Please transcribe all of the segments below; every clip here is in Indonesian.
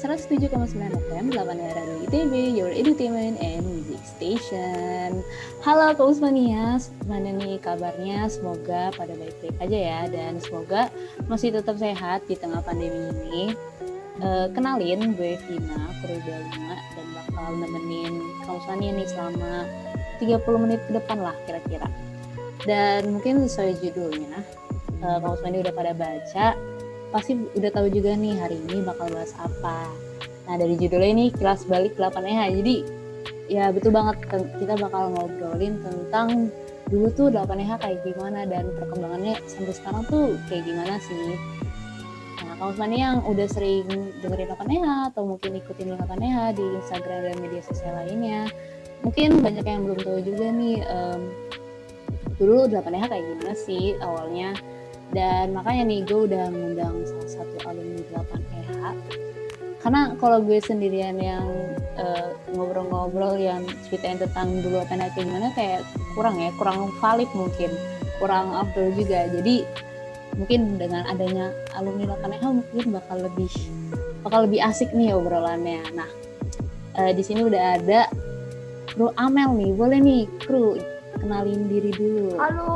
107,9 FM 8 Radio ITB, Your Entertainment and Music Station. Halo Kak Usmania, mana nih kabarnya? Semoga pada baik-baik aja ya, dan semoga masih tetap sehat di tengah pandemi ini. Kenalin, gue Vina, kru 25, dan bakal nemenin Kak Usmania nih selama 30 menit ke depan lah kira-kira. Dan mungkin sesuai judulnya, Kak Usmania udah pada baca, pasti udah tahu juga nih hari ini bakal bahas apa. Nah, dari judulnya ini kilas balik 8EH. Jadi ya betul banget, kita bakal ngobrolin tentang dulu tuh 8EH kayak gimana dan perkembangannya sampai sekarang tuh kayak gimana sih. Nah, kalau Usmani yang udah sering dengerin 8EH atau mungkin ikutin 8EH di Instagram dan media sosial lainnya, mungkin banyak yang belum tahu juga nih dulu 8EH kayak gimana sih awalnya. Dan makanya nih gue udah ngundang salah satu alumni 8EH, karena kalau gue sendirian yang ngobrol-ngobrol yang ceritain tentang dulu 8EH kayak gimana kayak kurang valid, mungkin kurang afdol juga. Jadi mungkin dengan adanya alumni 8EH mungkin bakal lebih asik nih obrolannya. Nah, di sini udah ada kru Amel nih. Boleh nih kru kenalin diri dulu.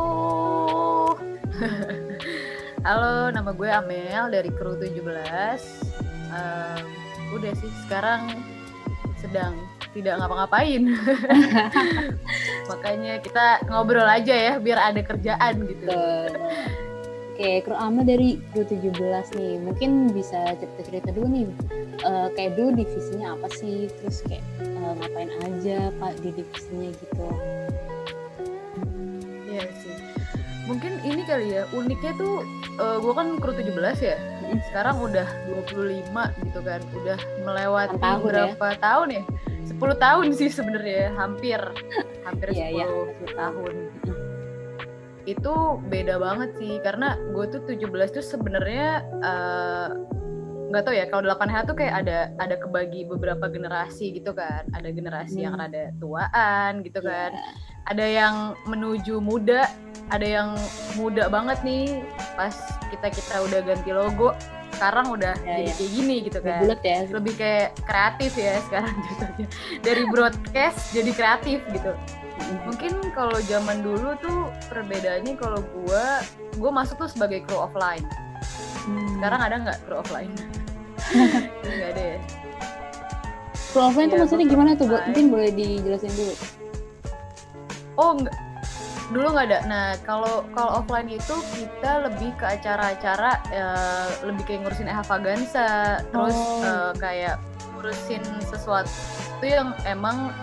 Halo, nama gue Amel dari kru 17. Udah sih, sekarang sedang tidak ngapa-ngapain. Makanya kita ngobrol aja ya, biar ada kerjaan gitu. Oke, kru Amel dari kru 17 nih. Mungkin bisa cerita-cerita dulu nih. Kayak dulu divisinya apa sih? Terus kayak ngapain aja Pak di divisinya gitu. Iya sih. Mungkin ini kali ya, uniknya tuh gue kan kru 17 ya. Sekarang udah 25 gitu kan. Udah melewati berapa tahun ya? 10 tahun sih sebenarnya, hampir 10 tahun. Itu beda banget sih, karena gue tuh 17 tuh sebenarnya nggak tahu ya, kalau 8H tuh kayak ada kebagi beberapa generasi gitu kan. Ada generasi yang rada tuaan gitu kan. Ada yang menuju muda, ada yang muda banget nih pas kita udah ganti logo, sekarang udah jadi kayak gini gitu kan. Ya. Lebih kayak kreatif ya sekarang jatuhnya. Dari broadcast jadi kreatif gitu. Mungkin kalau zaman dulu tuh perbedaannya, kalau gue masuk tuh sebagai kru offline. Sekarang ada nggak kru offline? Nggak ada ya. Kru offline tuh maksudnya gimana tuh? Mungkin boleh dijelasin dulu. Oh enggak, dulu nggak ada. Nah kalau offline itu kita lebih ke acara-acara, lebih kayak ngurusin EH Vaganza, terus kayak ngurusin sesuatu yang emang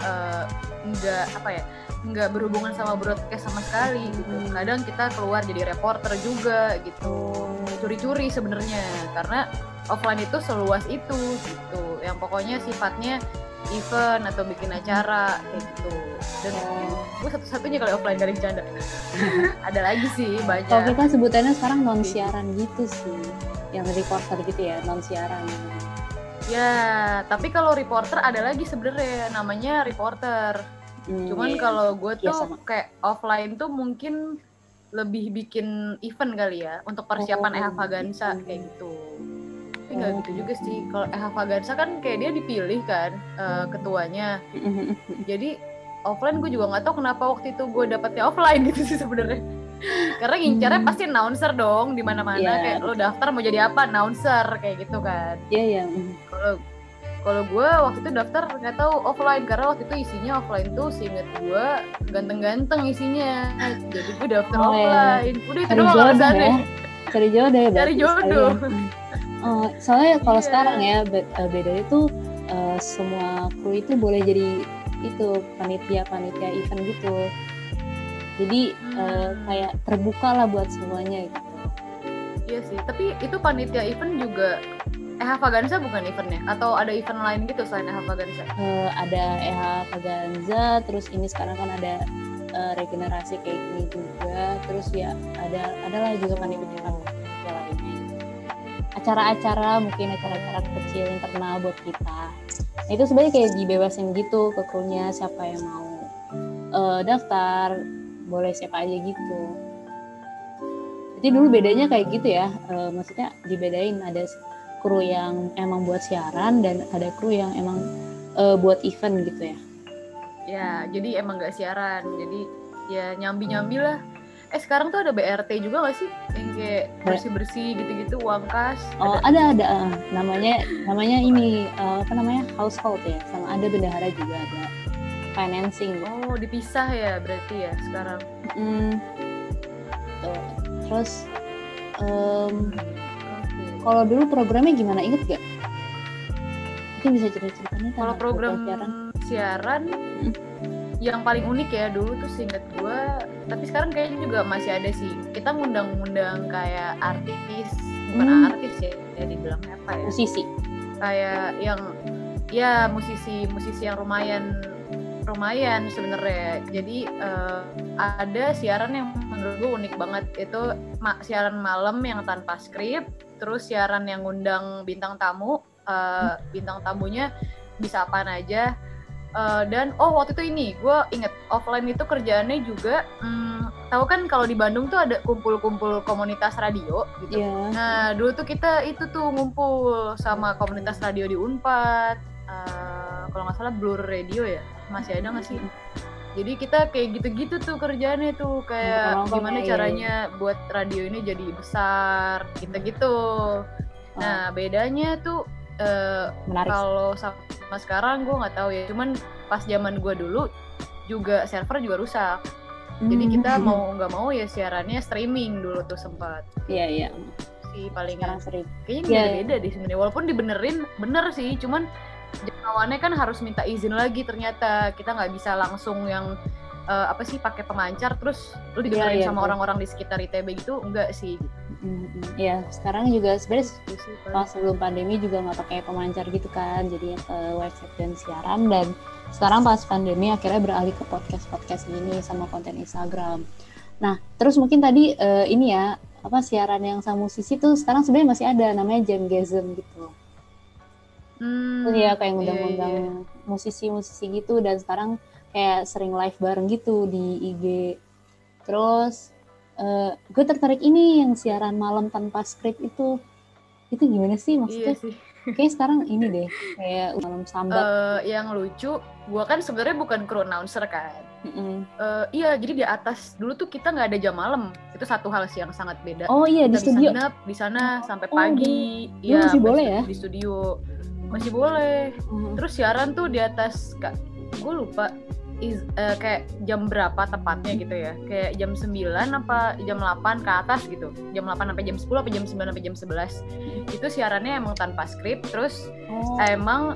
nggak berhubungan sama broadcast sama sekali gitu. Kadang kita keluar jadi reporter juga gitu, curi-curi sebenarnya, karena offline itu seluas itu gitu, yang pokoknya sifatnya event atau bikin acara kayak gitu. Dan gue satu-satunya kalau offline, gak ada yang canda. Ada lagi sih banyak. Kalau kita sebutannya sekarang non siaran gitu sih, yang reporter gitu ya, non siaran. Ya, tapi kalau reporter ada lagi sebenarnya, namanya reporter. Cuman kalau gue tuh kayak offline tuh mungkin lebih bikin event kali ya, untuk persiapan EH Vaganza kayak gitu. Tapi nggak gitu juga sih. Kalau EH Vaganza kan kayak dia dipilih kan ketuanya. Jadi offline gue juga nggak tahu kenapa waktu itu gue dapetnya offline gitu sih sebenarnya. Karena ngincarnya pasti announcer dong di mana-mana. Kayak lo daftar mau jadi apa, announcer kayak gitu kan. Iya. Kalau gue waktu itu daftar nggak tahu offline, karena waktu itu isinya offline tuh seinget gue ganteng-ganteng isinya. Jadi gue daftar offline. Udah itu doang alasannya. Cari jodoh ya. Cari jodoh. Soalnya kalau sekarang ya bedanya tuh semua kru itu boleh jadi itu panitia event gitu. Jadi kayak terbuka lah buat semuanya gitu. Iya sih, tapi itu panitia event juga EH Vaganza bukan eventnya? Atau ada event lain gitu selain EH Vaganza? Ada EH Vaganza, terus ini sekarang kan ada regenerasi kayak gini juga. Terus ya ada lah juga panitia lainnya. Acara-acara kecil internal buat kita. Nah, itu sebenarnya kayak dibebasin gitu ke krunya, siapa yang mau daftar, boleh siapa aja gitu. Jadi dulu bedanya kayak gitu ya, maksudnya dibedain, ada kru yang emang buat siaran dan ada kru yang emang buat event gitu ya. Ya, jadi emang nggak siaran, jadi ya nyambi lah. Sekarang tuh ada BRT juga nggak sih, yang kayak bersih gitu-gitu, uang kas? Oh ada. Namanya ini apa namanya, household ya, sama ada bendahara juga ada financing. Oh dipisah ya berarti ya sekarang. Terus kalau dulu programnya gimana, inget gak? Mungkin bisa cerita-ceritanya. Kalau program siaran yang paling unik ya dulu tuh seinget gue, tapi sekarang kayaknya juga masih ada sih. Kita ngundang-ngundang kayak artis, bukan artis ya dibilangnya apa ya? Musisi. Kayak yang ya musisi yang lumayan sebenarnya. Jadi ada siaran yang menurut gue unik banget, itu siaran malam yang tanpa skrip, terus siaran yang ngundang bintang tamu, bintang tamunya bisa apaan aja. Dan waktu itu ini gue inget offline itu kerjaannya juga tahu kan kalau di Bandung tuh ada kumpul-kumpul komunitas radio gitu. Yeah. Nah dulu tuh kita itu tuh ngumpul sama komunitas radio di Unpad, kalau nggak salah Blur Radio ya, masih ada nggak sih? Jadi kita kayak gitu-gitu tuh kerjaannya tuh, kayak gimana caranya buat radio ini jadi besar gitu-gitu. Nah bedanya tuh kalau sama sekarang gue nggak tahu ya, cuman pas zaman gue dulu juga server juga rusak, jadi kita mau nggak mau ya siarannya streaming dulu tuh sempat. Iya sih paling sering kayaknya beda deh sebenarnya, walaupun dibenerin bener sih, cuman awalnya kan harus minta izin lagi, ternyata kita nggak bisa langsung yang pakai pemancar terus lu didengerin sama orang-orang di sekitar ITB gitu, enggak sih. Ya sekarang juga sebenarnya pas sebelum pandemi juga nggak pakai pemancar gitu kan, jadi website dan siaran, dan sekarang pas pandemi akhirnya beralih ke podcast ini sama konten Instagram. Nah terus mungkin tadi ini ya siaran yang sama musisi tuh sekarang sebenarnya masih ada, namanya Jamgasm gitu. Ya kayak ngundang-ngundang musisi gitu, dan sekarang kayak sering live bareng gitu di IG. Terus gue tertarik ini yang siaran malam tanpa skrip itu gimana sih maksudnya? Iya sih. Kayak sekarang ini deh kayak malam sambat. Yang lucu, gue kan sebenarnya bukan crew announcer kan. Iya, jadi di atas dulu tuh kita nggak ada jam malam, itu satu hal sih yang sangat beda. Oh iya, kita di studio. Bisa di sana sampai pagi. Iya masih boleh ya? Di studio masih boleh. Terus siaran tuh di atas, gue lupa kayak jam berapa tepatnya gitu ya, kayak jam 9 apa jam 8 ke atas gitu, jam 8 sampai jam 10 apa jam 9 sampai jam 11 itu siarannya emang tanpa skrip. Terus emang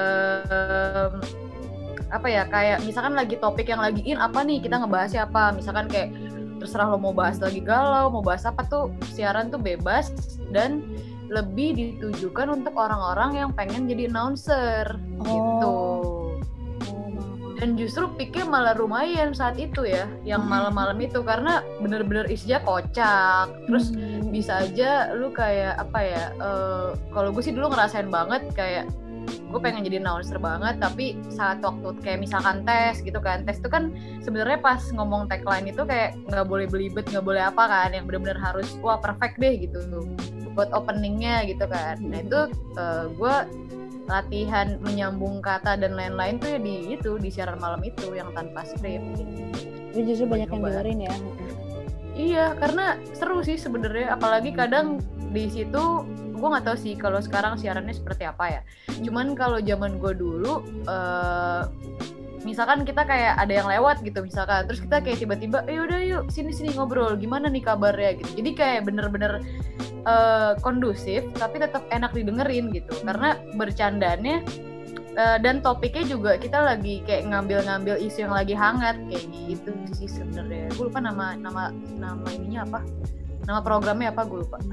kayak misalkan lagi topik yang lagi in apa nih, kita ngebahasnya apa, misalkan kayak terserah lo mau bahas lagi galau, mau bahas apa tuh, siaran tuh bebas dan lebih ditujukan untuk orang-orang yang pengen jadi announcer gitu. Dan justru pikir malah lumayan saat itu ya, yang malam-malam itu, karena bener-bener isinya kocak. Terus bisa aja lu kayak kalau gue sih dulu ngerasain banget kayak gue pengen jadi announcer banget, tapi saat waktu kayak misalkan tes gitu kan, tes itu kan sebenarnya pas ngomong tagline itu kayak nggak boleh belibet, nggak boleh apa kan, yang bener-bener harus perfect deh gitu buat openingnya gitu kan. Nah itu gue latihan menyambung kata dan lain-lain tuh ya di siaran malam itu yang tanpa skrip gitu. Jadi justru banyak yang dengerin ya. Iya, karena seru sih sebenarnya, apalagi kadang di situ gue nggak tahu sih kalau sekarang siarannya seperti apa ya. Cuman kalau zaman gue dulu misalkan kita kayak ada yang lewat gitu misalkan, terus kita kayak tiba-tiba yaudah yuk sini ngobrol, gimana nih kabarnya gitu. Jadi kayak bener-bener kondusif tapi tetap enak didengerin gitu, karena bercandanya dan topiknya juga kita lagi kayak ngambil isu yang lagi hangat kayak gitu sih sebenarnya. Gue lupa nama ininya apa, nama programnya apa, gue lupa.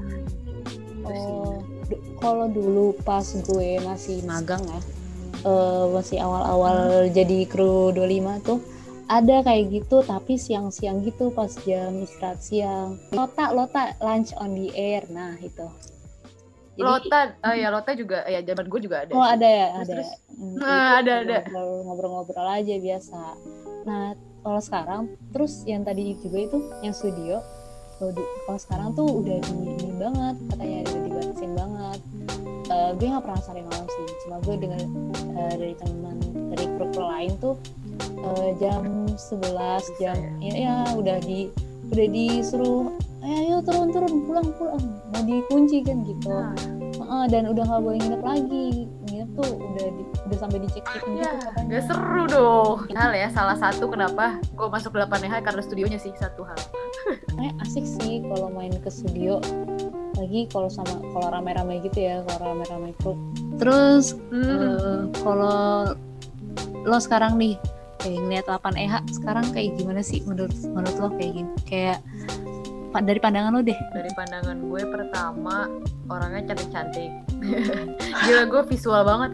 Kalau dulu pas gue masih magang ya, masih awal-awal jadi kru 25 tuh ada kayak gitu, tapi siang-siang gitu pas jam istirahat siang. Lota lunch on the air. Nah itu. Jadi, Lota juga ya, zaman gue juga ada. Oh sih. Ada ya, terus, ada. Ada. Ngobrol-ngobrol aja biasa. Nah kalau sekarang, terus yang tadi juga itu yang studio. Kalau sekarang tuh udah ini banget, katanya udah dibatasin banget. gue nggak pernah sampai malam sih, cuma gue dengar dari teman dari grup lain tuh jam 11 jam ya udah disuruh ayo turun pulang mau dikunci kan gitu. Dan udah nggak boleh nginep lagi, nginep tuh udah sampai dicek-cekin gitu katanya. Gak seru dong. Hal ya, salah satu kenapa gue masuk 8EH karena studionya sih, satu hal. Asik sih kalau main ke studio, lagi kalau rame-rame gitu ya, kalau rame-rame grup. Terus kalau lo sekarang nih kayak ngeliat 8EH sekarang kayak gimana sih menurut lo kayak gini? Kayak dari pandangan lo deh. Dari pandangan gue, pertama orangnya cantik-cantik. Gila, gue visual banget.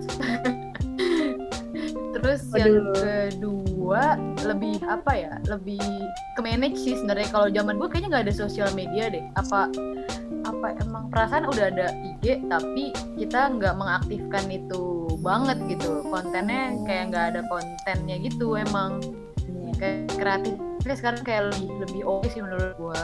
Terus yang kedua lebih apa ya, lebih ke manage sih sebenarnya. Kalau zaman gue kayaknya nggak ada sosial media deh. Apa emang perasaan udah ada IG tapi kita nggak mengaktifkan itu banget gitu. Kontennya kayak nggak ada kontennya gitu emang. Kayak kreatif sekarang kayak lebih oke sih menurut gue.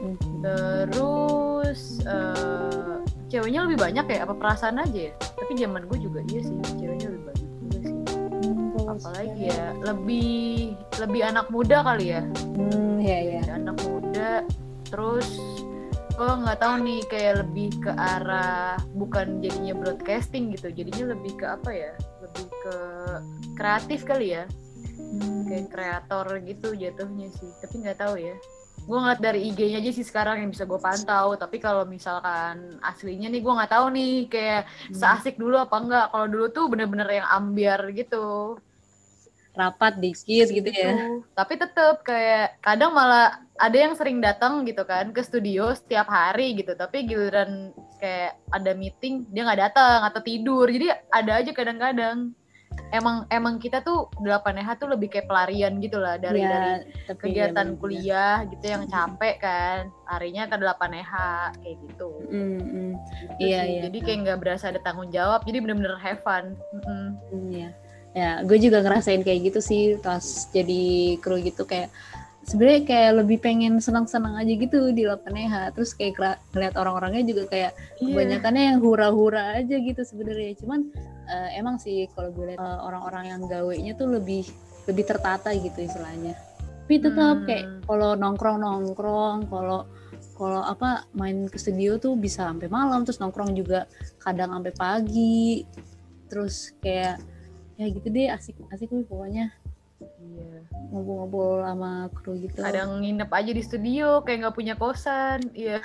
Terus ceweknya lebih banyak ya, apa perasaan aja ya? Tapi zaman gue juga iya sih, ceweknya lebih banyak juga sih. Apalagi ya, lebih anak muda kali ya. Iya. Anak muda. Terus gue nggak tahu nih, kayak lebih ke arah bukan jadinya broadcasting gitu, jadinya lebih ke apa ya? Lebih ke kreatif kali ya. Kayak kreator gitu jatuhnya sih, tapi nggak tahu ya. Gue ngeliat dari IG-nya aja sih sekarang yang bisa gue pantau, tapi kalau misalkan aslinya nih gue nggak tahu nih kayak seasik dulu apa enggak. Kalau dulu tuh bener-bener yang ambiar gitu, rapat dikit gitu ya. Tapi tetep kayak kadang malah ada yang sering datang gitu kan ke studio setiap hari gitu, tapi giliran kayak ada meeting dia nggak datang atau tidur, jadi ada aja kadang-kadang. Emang kita tuh 8EH tuh lebih kayak pelarian gitu lah dari kegiatan kuliah gitu yang capek kan, harinya ke 8EH kayak gitu. Iya. Jadi kayak nggak berasa ada tanggung jawab, jadi bener-bener have fun. Ya gue juga ngerasain kayak gitu sih pas jadi kru gitu, kayak sebenarnya kayak lebih pengen senang-senang aja gitu di 8EH. Terus kayak ngeliat orang-orangnya juga kayak kebanyakannya yang hura-hura aja gitu sebenarnya. Cuman emang sih kalau gue lihat orang-orang yang gawenya tuh lebih tertata gitu istilahnya. Tapi tetap kayak kalau nongkrong, kalau apa main ke studio tuh bisa sampai malam, terus nongkrong juga kadang sampai pagi. Terus kayak ya gitu deh, asik nih pokoknya. Iya. Ngobrol-ngobrol sama kru gitu. Kadang nginep aja di studio kayak nggak punya kosan. Iya.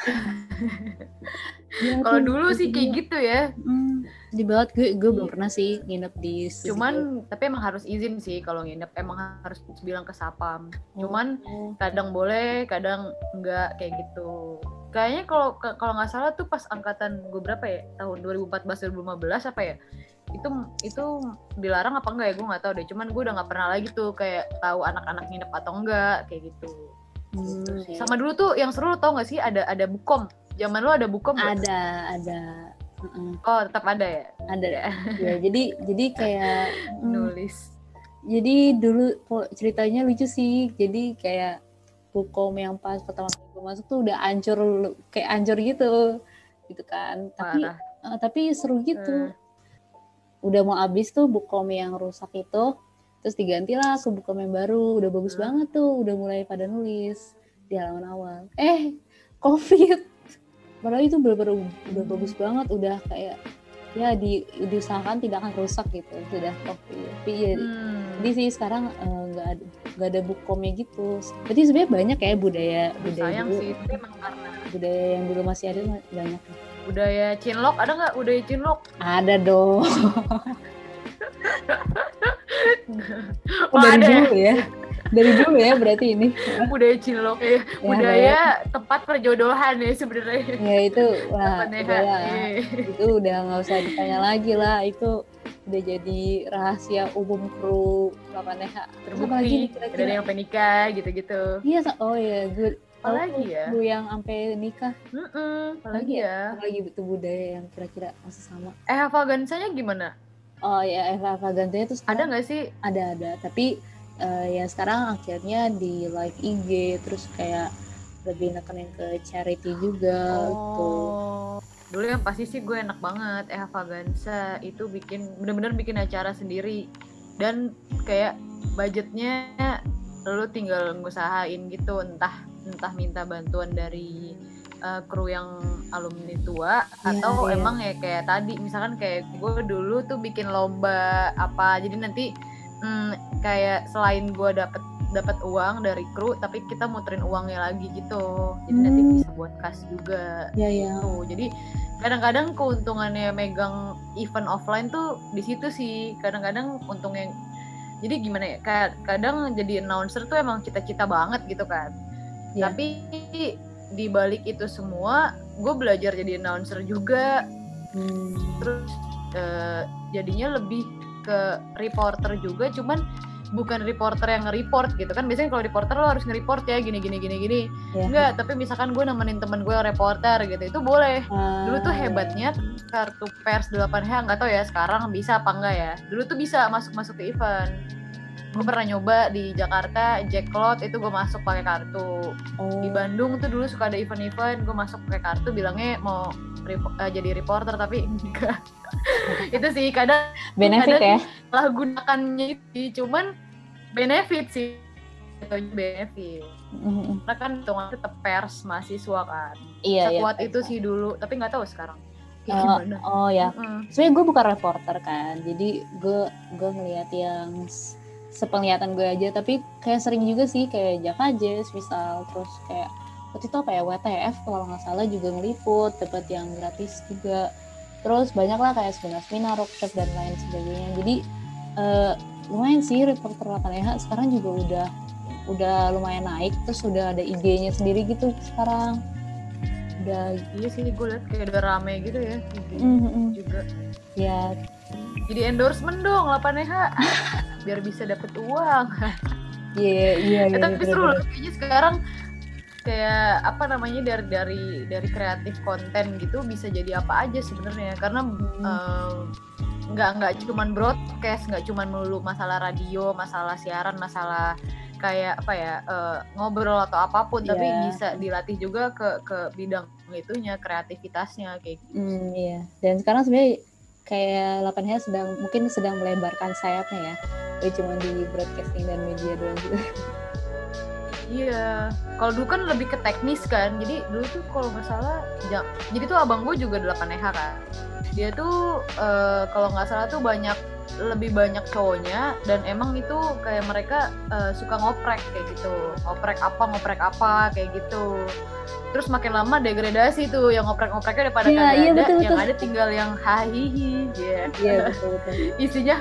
Kalau dulu sih kayak gitu ya. Di banget gue belum pernah sih nginep di studio. Cuman tapi emang harus izin sih kalau nginep, emang harus bilang ke sapam. Cuman kadang boleh, kadang enggak kayak gitu. Kayaknya kalau nggak salah tuh pas angkatan gue berapa ya, tahun 2014-2015 apa ya, itu dilarang apa enggak ya, gue nggak tahu deh. Cuman gue udah nggak pernah lagi tuh kayak tahu anak-anak nginep atau enggak kayak gitu. Sama dulu tuh yang seru, tau nggak sih, ada bukom. Zaman lo ada bukom nggak? Ada. Oh, tetap ada ya? Ada ya. Jadi kayak nulis. Jadi dulu ceritanya lucu sih. Jadi kayak bukom yang pas pertama kali gue masuk tuh udah hancur gitu kan. Tapi seru gitu. Udah mau habis tuh bukom yang rusak itu, terus digantilah ke bukom yang baru. Udah bagus banget tuh, udah mulai pada nulis di halaman awal. COVID. Padahal itu bener-bener udah bagus banget, udah kayak ya diusahakan tidak akan rusak gitu, sudah COVID. Tapi ya jadi sih sekarang nggak ada bukomnya gitu. Berarti sebenarnya banyak ya budaya sayang dulu. Sih, tapi emang karena budaya yang dulu masih ada banyak. Budaya Cinlok ada nggak? Budaya Cinlok? Ada dong. Dari dulu ya. Dari dulu ya berarti ini. Budaya Cinlok ya. Budaya tempat perjodohan ya sebenarnya. Ya itu itu udah nggak usah ditanya lagi lah, itu udah jadi rahasia umum kru 8EH. Terbukti ada yang sampai nikah gitu-gitu. Iya, good. Apalagi ya? Kru yang sampai nikah. Apalagi ya? Apalagi itu budaya yang kira-kira masih sama. Vagansanya gimana? Oh ya, Vagansanya tuh ada nggak sih? Ada. Tapi ya sekarang akhirnya di live IG, terus kayak lebih nekenin ke charity juga gitu. Dulu yang pasti sih gue enak banget Vaganza itu bener-bener bikin acara sendiri, dan kayak budgetnya lu tinggal ngusahain gitu, entah minta bantuan dari kru yang alumni tua, atau emang ya kayak tadi misalkan kayak gue dulu tuh bikin lomba apa, jadi nanti kayak selain gue dapat uang dari kru, tapi kita muterin uangnya lagi gitu, jadi nanti bisa buat kas juga. Gitu. Jadi kadang-kadang keuntungannya megang event offline tuh di situ sih, kadang-kadang untungnya. Jadi gimana ya, kadang jadi announcer tuh emang cita-cita banget gitu kan, tapi di balik itu semua gue belajar jadi announcer juga. Terus jadinya lebih ke reporter juga, cuman bukan reporter yang nge-report gitu kan. Biasanya kalau reporter lo harus nge-report ya gini. Enggak, tapi misalkan gue nemenin temen gue yang reporter gitu, itu boleh. Dulu tuh hebatnya kartu pers 8H, nggak tahu ya sekarang bisa apa enggak ya. Dulu tuh bisa masuk ke event. Gue pernah nyoba di Jakarta, Jacklot itu gue masuk pakai kartu. Di Bandung tuh dulu suka ada event-event, gue masuk pakai kartu, bilangnya mau jadi reporter, tapi enggak. Itu sih kadang benefit ya, lah gunakannya itu, cuman benefit sih, benefit. Karena kan hitungannya tetap pers mahasiswa kan, sekuat itu sih dulu, tapi nggak tahu sekarang gimana. Sebenarnya gue bukan reporter kan, jadi gue ngeliat yang sepenglihatan gue aja, tapi kayak sering juga sih kayak Java Jazz misal, terus kayak waktu itu apa ya, WTF kalau nggak salah juga ngeliput, dapat yang gratis juga. Terus banyak lah kayak seminar, workshop dan lain sebagainya. Jadi lumayan sih reporter 8EH sekarang juga udah lumayan naik, terus udah ada IG-nya sendiri gitu sekarang. Udah. Iya sih, gue liat kayak udah rame gitu ya. Juga. Ya. Jadi endorsement dong 8EH biar bisa dapet uang. Iya. Tapi seru loh kayaknya sekarang, kayak apa namanya, dari kreatif konten gitu bisa jadi apa aja sebenarnya, karena nggak cuman broadcast, nggak cuman melulu masalah radio, masalah siaran, masalah kayak apa ya, ngobrol atau apapun, tapi bisa dilatih juga ke bidang itunya, kreativitasnya kayak gitu. Iya. Dan sekarang sebenarnya kayak 8EH mungkin sedang melebarkan sayapnya ya, jadi cuma di broadcasting dan media doang gitu. Iya, kalau dulu kan lebih ke teknis kan, jadi dulu tuh kalau nggak salah, jadi tuh abang gue juga 8EH kan, dia tuh kalau nggak salah tuh lebih banyak cowoknya, dan emang itu kayak mereka suka ngoprek kayak gitu, ngoprek apa kayak gitu. Terus makin lama degradasi tuh, yang ngoprek-ngopreknya daripada kagak ada, betul. Yang ada tinggal yang hahihi, Iya betul. Isinya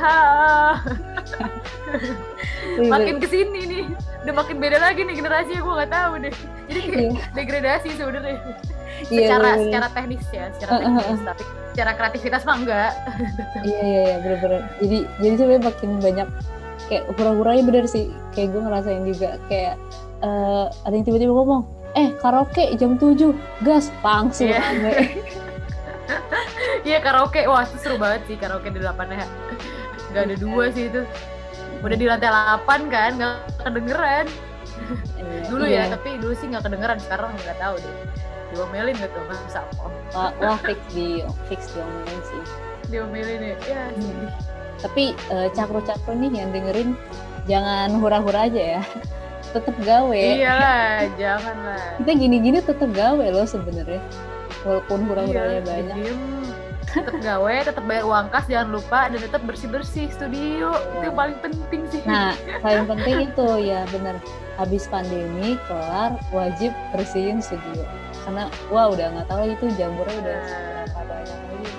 makin kesini nih, udah makin beda lagi nih generasinya, gue nggak tahu deh. Jadi kayak degradasi sebenarnya. Secara teknis ya, tapi secara kreativitas mah enggak. Iya, bener-bener. Jadi sebenarnya makin banyak kayak hura-huranya, bener sih. Kayak gue ngerasain juga kayak ada yang tiba-tiba ngomong, karaoke jam 7, gas, langsung rame. Iya, karaoke, wah itu seru banget sih karaoke di 8EH. Gak ada dua sih itu. Udah di lantai 8 kan, gak kedengeran. Dulu ya, tapi dulu sih gak kedengeran, sekarang gak tahu deh. Diomelin gak tuh, masa apa? Wah, fix diomelin sih. Diomelin ya. Tapi cakro-cakro nih yang dengerin, jangan hura-hura aja ya. Tetap gawe. Iyalah, janganlah. Kita gini-gini tetap gawe loh sebenarnya, walaupun hura-huranya banyak. Tetap gawe, tetap bayar uang kas, jangan lupa, dan tetap bersih-bersih studio. Itu yang paling penting sih. Nah, paling penting itu ya benar. Habis pandemi kelar, wajib bersihin studio. Karena udah nggak tahu itu jamurnya udah seberapa banyak lagi.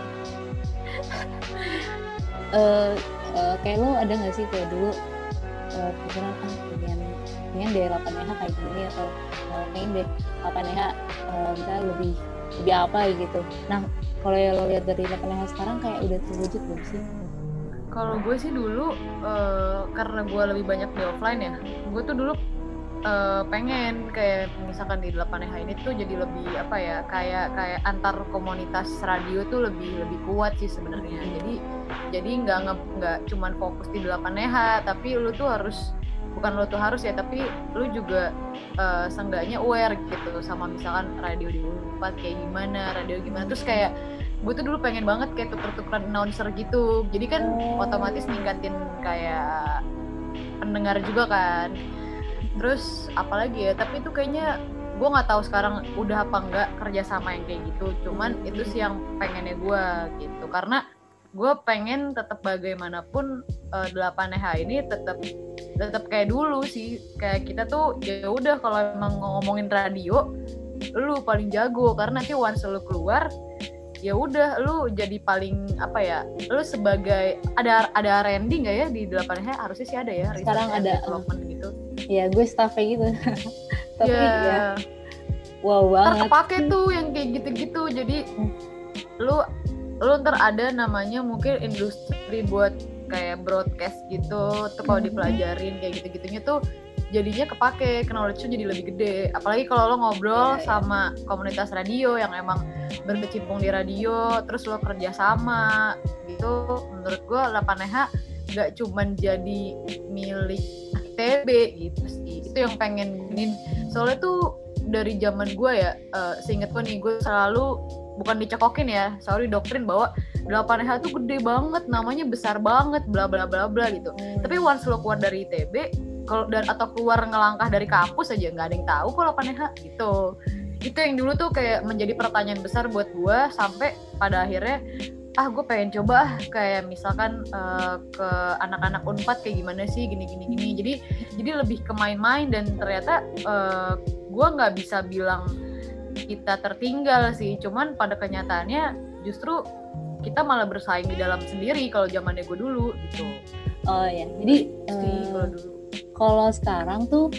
Kayak lo ada nggak sih kayak dulu pikiran pengen deh 8EH kayak gini, atau pengen deh 8EH misalnya lebih apa gitu. Nah, kalau lo lihat dari 8EH sekarang kayak udah terwujud belum sih? Kalau gue sih dulu karena gue lebih banyak di offline ya, gue tuh dulu pengen kayak misalkan di 8EH ini tuh jadi lebih apa ya, kayak antar komunitas radio tuh lebih kuat sih sebenarnya. Jadi nggak cuman fokus di 8EH, tapi lu tuh harus bukan lo tuh harus ya, tapi lu juga seenggaknya aware gitu sama misalkan radio di Unpad kayak gimana, radio gimana. Terus kayak gue tuh dulu pengen banget kayak tuker-tukeran announcer gitu, jadi kan otomatis ningkatin kayak pendengar juga kan. Terus apalagi ya, tapi itu kayaknya gue nggak tahu sekarang udah apa enggak kerja sama yang kayak gitu. Cuman itu sih yang pengennya gue gitu, karena gue pengen tetap bagaimanapun 8EH ini tetap kayak dulu sih. Kayak kita tuh ya udah kalau emang ngomongin radio lu paling jago, karena nanti once lu keluar ya udah lu jadi paling apa ya, lu sebagai ada R&D nggak ya di 8EH? Harusnya sih ada ya, sekarang ada development gitu ya, gue staffnya gitu. Tapi ya wow banget kepake tuh yang kayak gitu-gitu. Jadi lu ntar ada namanya mungkin industri buat kayak broadcast gitu tuh, kalau dipelajarin kayak gitu-gitunya tuh jadinya kepake, knowledge-nya jadi lebih gede. Apalagi kalau lo ngobrol sama komunitas radio yang emang berkecimpung di radio, terus lo kerja sama gitu. Menurut gue 8EH gak cuman jadi milik ITB gitu sih. Itu yang pengen gini. Soalnya tuh dari zaman gue ya, seinget gue nih, gue selalu bukan dicekokin ya, selalu didoktrin bahwa 8EH tuh gede banget, namanya besar banget, bla bla bla bla gitu. Tapi once lo keluar dari ITB, kalau atau keluar ngelangkah dari kampus aja nggak ada yang tahu kalau 8EH gitu. Itu yang dulu tuh kayak menjadi pertanyaan besar buat gue, sampai pada akhirnya gue pengen coba kayak misalkan ke anak-anak Unpad kayak gimana sih gini. Jadi lebih ke main-main, dan ternyata gue nggak bisa bilang kita tertinggal sih, cuman pada kenyataannya justru kita malah bersaing di dalam sendiri kalau zamannya gue dulu gitu. Oh ya, jadi kalau dulu. Kalau sekarang tuh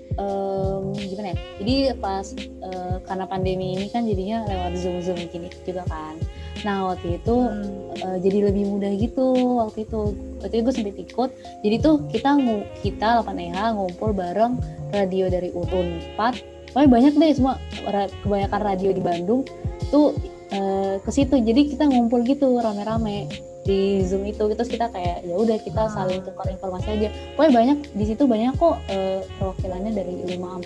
gimana ya? Jadi pas karena pandemi ini kan jadinya lewat Zoom gini juga kan. Nah waktu itu jadi lebih mudah gitu waktu itu gue sempat ikut. Jadi tuh kita 8EH ngumpul bareng radio dari Unpad. Pokoknya banyak deh semua, kebanyakan radio di Bandung tuh ke situ. Jadi kita ngumpul gitu rame-rame di Zoom itu, terus kita kayak ya udah kita saling tukar informasi aja. Pokoknya banyak di situ, banyak kok perwakilannya dari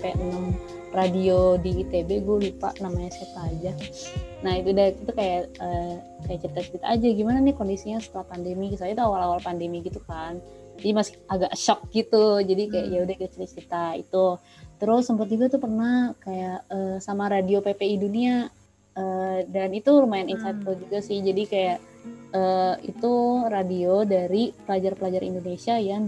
5-6 radio di ITB, gue lupa namanya siapa aja. Nah itu kayak cerita-cerita aja gimana nih kondisinya setelah pandemi. Soalnya itu awal-awal pandemi gitu kan, jadi masih agak shock gitu. Jadi kayak ya udah kita cerita itu. Terus sempat juga tuh pernah kayak sama radio PPI Dunia, dan itu lumayan insightful juga sih. Jadi kayak itu radio dari pelajar-pelajar Indonesia yang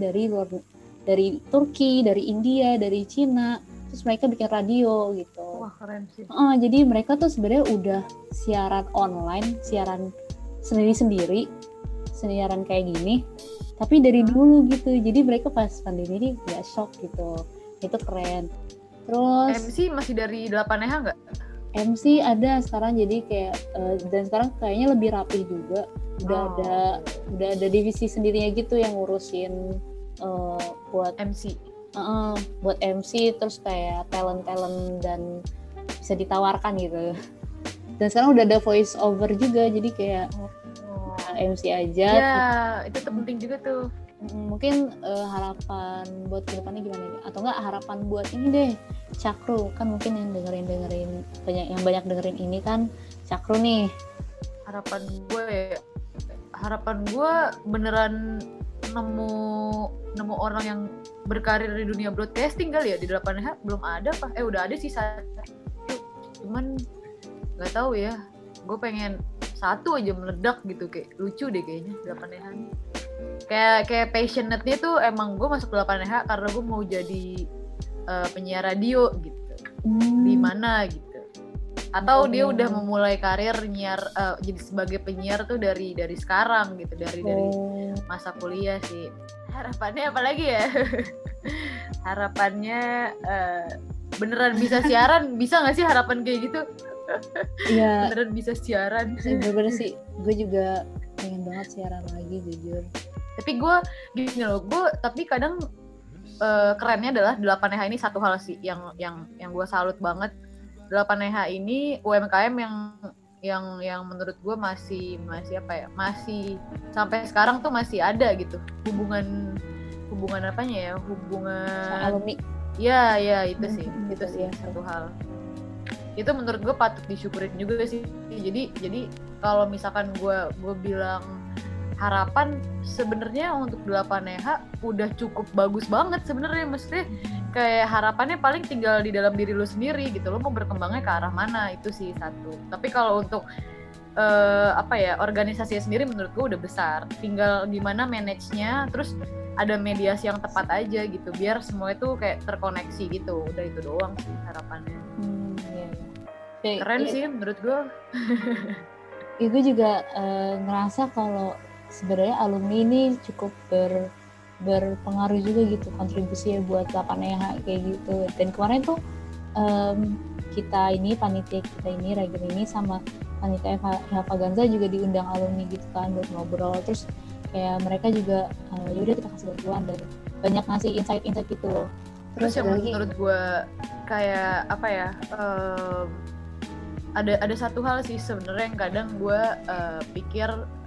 dari Turki, dari India, dari Cina, terus mereka bikin radio gitu. Wah keren sih. Jadi mereka tuh sebenarnya udah siaran online, siaran sendiri-sendiri, siaran kayak gini, tapi dari dulu gitu. Jadi mereka pas pandemi ini gak shock gitu. Itu keren. Terus MC masih dari 8EH nggak? MC ada sekarang, jadi kayak dan sekarang kayaknya lebih rapih juga. Udah ada divisi sendirinya gitu yang ngurusin buat MC. Buat MC, terus kayak talent dan bisa ditawarkan gitu. Dan sekarang udah ada voice over juga, jadi kayak MC aja. Ya itu penting juga tuh. Mungkin harapan buat kedepannya gimana nih? Atau enggak harapan buat ini deh, Cakru kan mungkin yang dengerin banyak dengerin ini kan Cakru nih. Harapan gue beneran nemu orang yang berkarir di dunia broadcasting kali ya. Di 8EH belum ada apa? Udah ada sih satu, cuman nggak tahu ya. Gue pengen satu aja meledak gitu, kayak lucu deh kayaknya 8EH nih. Kayak passionate-nya tuh emang gue masuk 8EH karena gue mau jadi penyiar radio gitu. Di mana gitu. Atau dia udah memulai karir nyiar, jadi sebagai penyiar tuh dari sekarang gitu, dari masa kuliah sih. Harapannya apa lagi ya? Harapannya beneran bisa siaran. Bisa nggak sih harapan kayak gitu? Iya. Beneran bisa siaran. Bener sih, gue juga pengen banget siaran lagi jujur. Tapi gue gini loh, tapi kadang kerennya adalah 8EH ini satu hal sih yang gue salut banget. 8EH ini UMKM yang menurut gue masih apa ya, masih sampai sekarang tuh masih ada gitu hubungan apanya ya, hubungan alumni. Ya itu sih, itu sih satu hal. Itu menurut gue patut disyukurin juga sih. Jadi kalau misalkan gue bilang harapan, sebenarnya untuk 8EH udah cukup bagus banget sebenarnya. Maksudnya kayak harapannya paling tinggal di dalam diri lu sendiri gitu, lo mau berkembangnya ke arah mana, itu sih satu. Tapi kalau untuk organisasinya sendiri menurut gue udah besar, tinggal gimana manage-nya, terus ada mediasi yang tepat aja gitu, biar semua itu kayak terkoneksi gitu. Udah itu doang sih harapannya. Keren sih menurut gue. Gue juga ngerasa kalau sebenarnya alumni ini cukup berpengaruh juga gitu kontribusinya buat 8EH kayak gitu. Dan kemarin tuh kita ini, panitia kita ini, Regen ini sama panitia Faganza juga diundang alumni gitu kan buat ngobrol. Terus kayak mereka juga yaudah kita kasih bantuan dan banyak ngasih insight gitu loh. Terus yang menurut gue kayak ada satu hal sih sebenarnya yang kadang gue pikir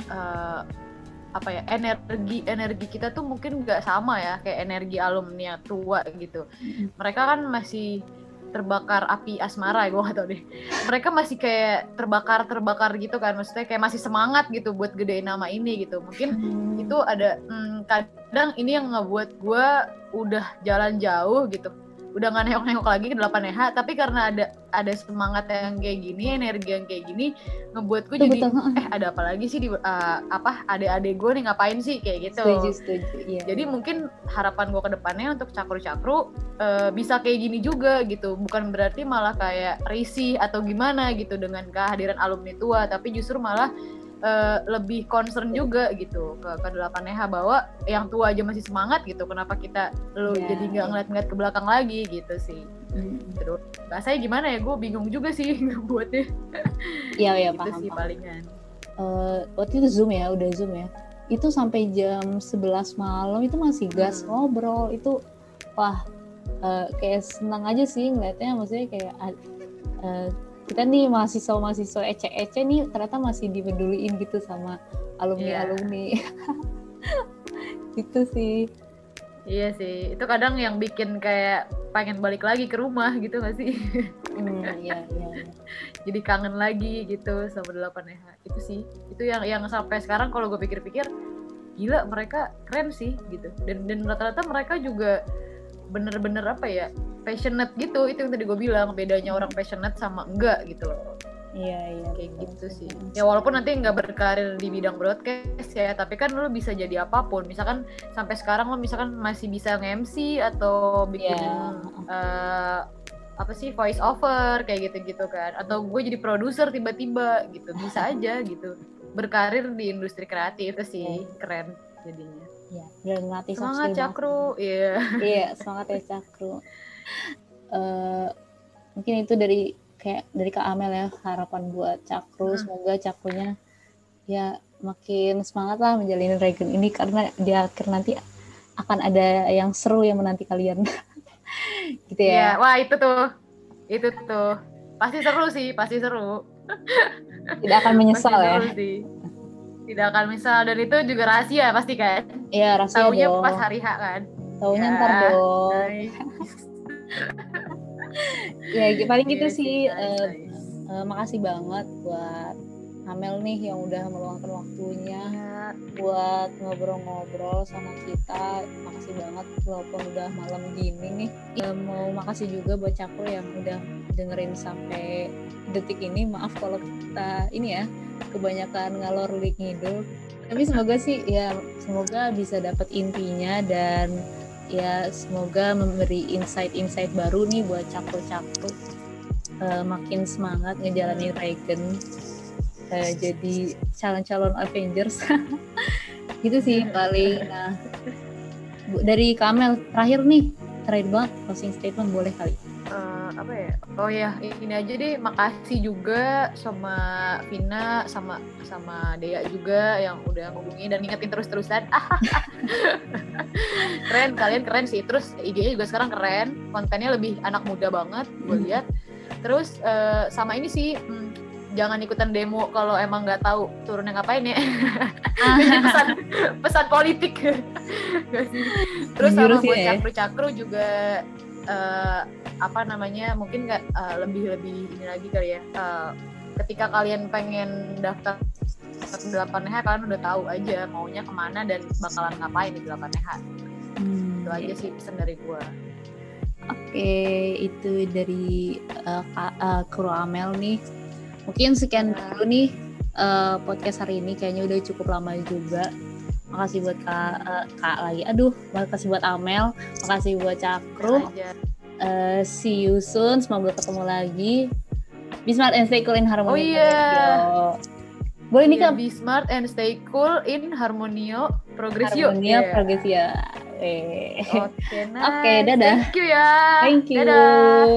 energi kita tuh mungkin nggak sama ya kayak energi alumni tua gitu. Mereka kan masih terbakar api asmara, gue gak tau deh. Mereka masih kayak terbakar gitu kan, maksudnya kayak masih semangat gitu buat gedein nama ini gitu. Mungkin itu ada kadang ini yang ngebuat gue udah jalan jauh gitu, udah gak nengok-nengok lagi ke 8EH, tapi karena ada semangat yang kayak gini, energi yang kayak gini, ngebuat gue jadi ada apa lagi sih di adik-adik gue nih ngapain sih kayak gitu. Setuju, iya. Jadi mungkin harapan gue ke depannya untuk cakru-cakru bisa kayak gini juga gitu, bukan berarti malah kayak risih atau gimana gitu dengan kehadiran alumni tua, tapi justru malah lebih concern juga gitu ke 8EH bahwa yang tua aja masih semangat gitu, kenapa kita jadi nggak ngeliat-ngeliat ke belakang lagi gitu sih. Terus bahasanya gimana ya, gue bingung juga sih buatnya. Iya gitu paham. Sih palingan. Waktu itu udah zoom ya. Itu sampai jam 11 malam itu masih gas ngobrol. Itu wah kayak senang aja sih ngeliatnya, maksudnya kayak kita nih mahasiswa ece-ece nih ternyata masih dipeduliin gitu sama alumni-alumni. Itu sih. Iya sih, itu kadang yang bikin kayak pengen balik lagi ke rumah gitu gak sih? Iya. Jadi kangen lagi gitu sama 8EH. Itu sih, itu yang sampai sekarang kalau gue pikir-pikir, gila mereka keren sih gitu. Dan rata-rata mereka juga bener-bener passionate gitu. Itu yang tadi gue bilang, bedanya orang passionate sama enggak gitu loh. Iya. Kayak gitu sih. Ya walaupun nanti nggak berkarir di bidang broadcast ya, tapi kan lo bisa jadi apapun. Misalkan sampai sekarang lo misalkan masih bisa nge-MC atau bikin voice over kayak gitu kan. Atau gue jadi produser tiba-tiba gitu, bisa aja gitu. Berkarir di industri kreatif itu sih keren jadinya. Iya, dan ngelatih semangat cakru. Iya, semangat ya cakru. Mungkin itu dari Kak Amel ya, harapan buat cakru. Semoga cakrunya ya makin semangat lah menjalani Regen ini, karena di akhir nanti akan ada yang seru yang menanti kalian. Gitu ya. Wah itu tuh pasti seru. Tidak akan menyesal ya. Tidak akan menyesal, dan itu juga rahasia pasti kan. Iya, rahasia. Taunya pas hari H kan. Taunya ntar dong. Ya paling gitu sih. Makasih banget buat Amel nih yang udah meluangkan waktunya buat ngobrol-ngobrol sama kita. Makasih banget walaupun udah malam gini nih. Mau makasih juga buat Cakru yang udah dengerin sampai detik ini. Maaf kalau kita ini ya kebanyakan ngalor ngidul. Tapi semoga bisa dapat intinya, dan ya semoga memberi insight baru nih buat cakru-cakru makin semangat ngejalanin Regen, jadi calon-calon Avengers. Gitu sih paling. Nah, dari Kamel terakhir banget closing statement boleh kali. Oh ya, ini aja deh, makasih juga sama Vina sama Dea juga yang udah ngubungin dan ngingetin terus-terusan. Kalian keren sih. Terus idenya juga sekarang keren, kontennya lebih anak muda banget gue lihat. Terus sama ini sih, jangan ikutan demo kalau emang nggak tahu turunnya ngapain ya. Ini pesan politik. Terus sama buat cakru-cakru juga mungkin nggak lebih ini lagi kali ya. Ketika kalian pengen daftar 8H, kalian udah tahu aja maunya kemana dan bakalan ngapain di 8H. Itu aja sih pesan dari gua. Oke, itu dari Kru Amel nih. Mungkin sekian dulu nih podcast hari ini, kayaknya udah cukup lama juga. Makasih buat Kak lagi. Makasih buat Amel, makasih buat Cakru. See you soon, semoga ketemu lagi. Be smart and stay cool in Harmonio. Oh iya. Boleh nih Kak? Be smart and stay cool in Harmonio Progresio. Progresio. Oke, nice. Oke, dadah. Thank you ya. Thank you. Dadah.